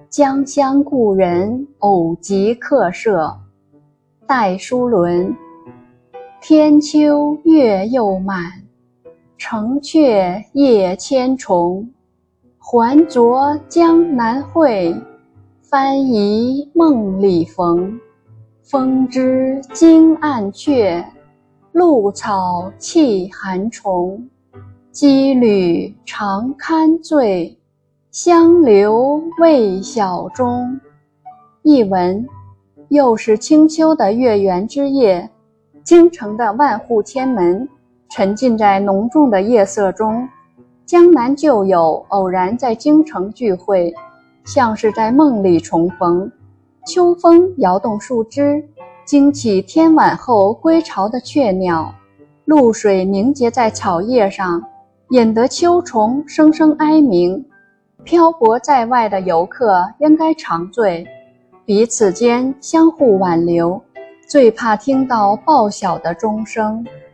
江乡故人偶集客舍。戴叔伦。天秋月又满，城阙夜千重。还着江南会，翻疑梦里逢。风知惊暗雀，露草泣寒虫。羁旅常堪醉，相留未晓钟。译文：又是清秋的月圆之夜，京城的万户千门沉浸在浓重的夜色中，江南旧友偶然在京城聚会，像是在梦里重逢。秋风摇动树枝，惊起天晚后归巢的雀鸟，露水凝结在草叶上，引得秋虫声声哀鸣。漂泊在外的游客应该长醉，彼此间相互挽留，最怕听到报晓的钟声。